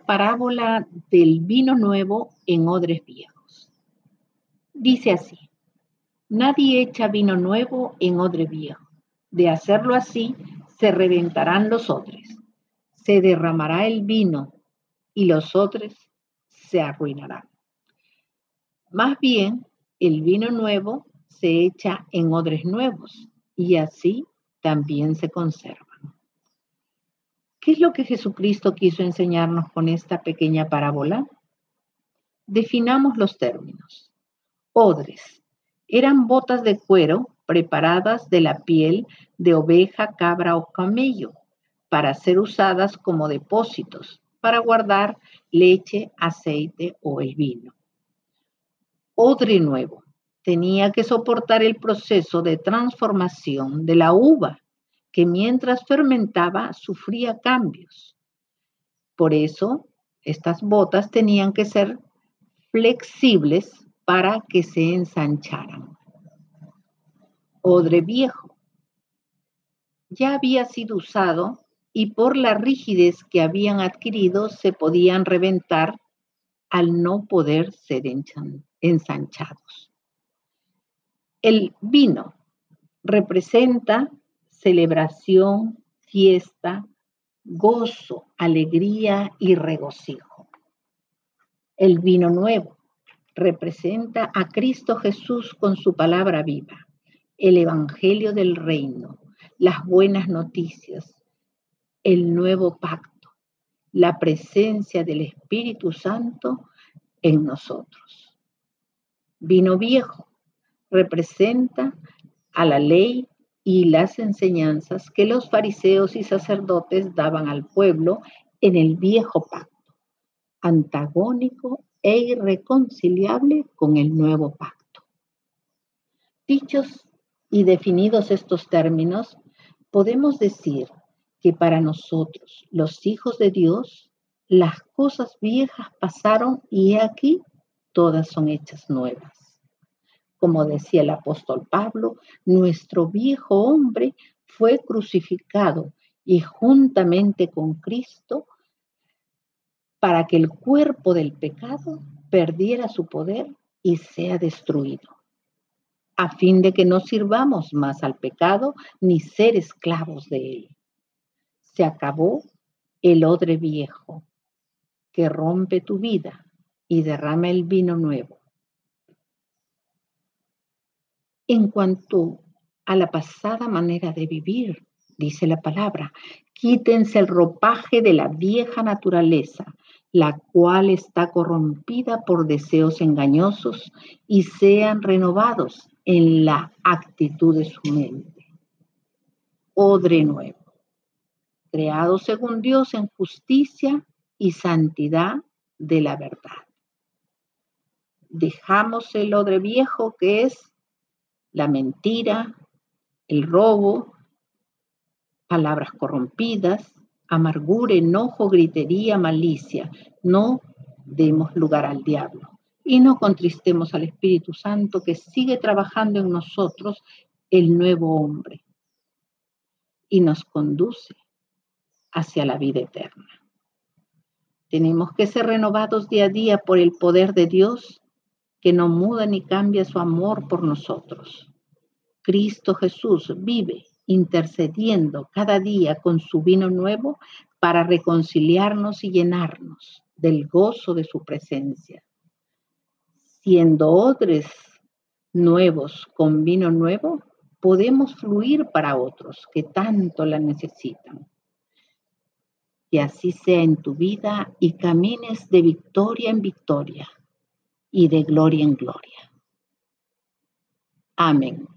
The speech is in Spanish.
parábola del vino nuevo en odres viejos. Dice así: nadie echa vino nuevo en odre viejo. De hacerlo así, se reventarán los odres, se derramará el vino y los odres se arruinarán. Más bien, el vino nuevo se echa en odres nuevos y así también se conservan. ¿Qué es lo que Jesucristo quiso enseñarnos con esta pequeña parábola? Definamos los términos. Odres eran botas de cuero preparadas de la piel de oveja, cabra o camello para ser usadas como depósitos para guardar leche, aceite o el vino. Odre nuevo tenía que soportar el proceso de transformación de la uva, que mientras fermentaba sufría cambios. Por eso, estas botas tenían que ser flexibles para que se ensancharan. Odre viejo ya había sido usado y por la rigidez que habían adquirido se podían reventar al no poder ser ensanchados. El vino representa celebración, fiesta, gozo, alegría y regocijo. El vino nuevo representa a Cristo Jesús con su palabra viva, el evangelio del reino, las buenas noticias, el nuevo pacto, la presencia del Espíritu Santo en nosotros. Vino viejo representa a la ley y las enseñanzas que los fariseos y sacerdotes daban al pueblo en el viejo pacto, antagónico e irreconciliable con el nuevo pacto. Dichos y definidos estos términos, podemos decir que para nosotros, los hijos de Dios, las cosas viejas pasaron y he aquí, todas son hechas nuevas. Como decía el apóstol Pablo, nuestro viejo hombre fue crucificado y juntamente con Cristo para que el cuerpo del pecado perdiera su poder y sea destruido, a fin de que no sirvamos más al pecado ni ser esclavos de él. Se acabó el odre viejo que rompe tu vida y derrama el vino nuevo. En cuanto a la pasada manera de vivir, dice la palabra, quítense el ropaje de la vieja naturaleza, la cual está corrompida por deseos engañosos, y sean renovados en la actitud de su mente. Odre nuevo, creado según Dios en justicia y santidad de la verdad. Dejamos el odre viejo, que es la mentira, el robo, palabras corrompidas, amargura, enojo, gritería, malicia. No demos lugar al diablo y no contristemos al Espíritu Santo, que sigue trabajando en nosotros el nuevo hombre y nos conduce hacia la vida eterna. Tenemos que ser renovados día a día por el poder de Dios, que no muda ni cambia su amor por nosotros. Cristo Jesús vive intercediendo cada día con su vino nuevo para reconciliarnos y llenarnos del gozo de su presencia. Siendo odres nuevos con vino nuevo, podemos fluir para otros que tanto la necesitan. Que así sea en tu vida y camines de victoria en victoria y de gloria en gloria. Amén.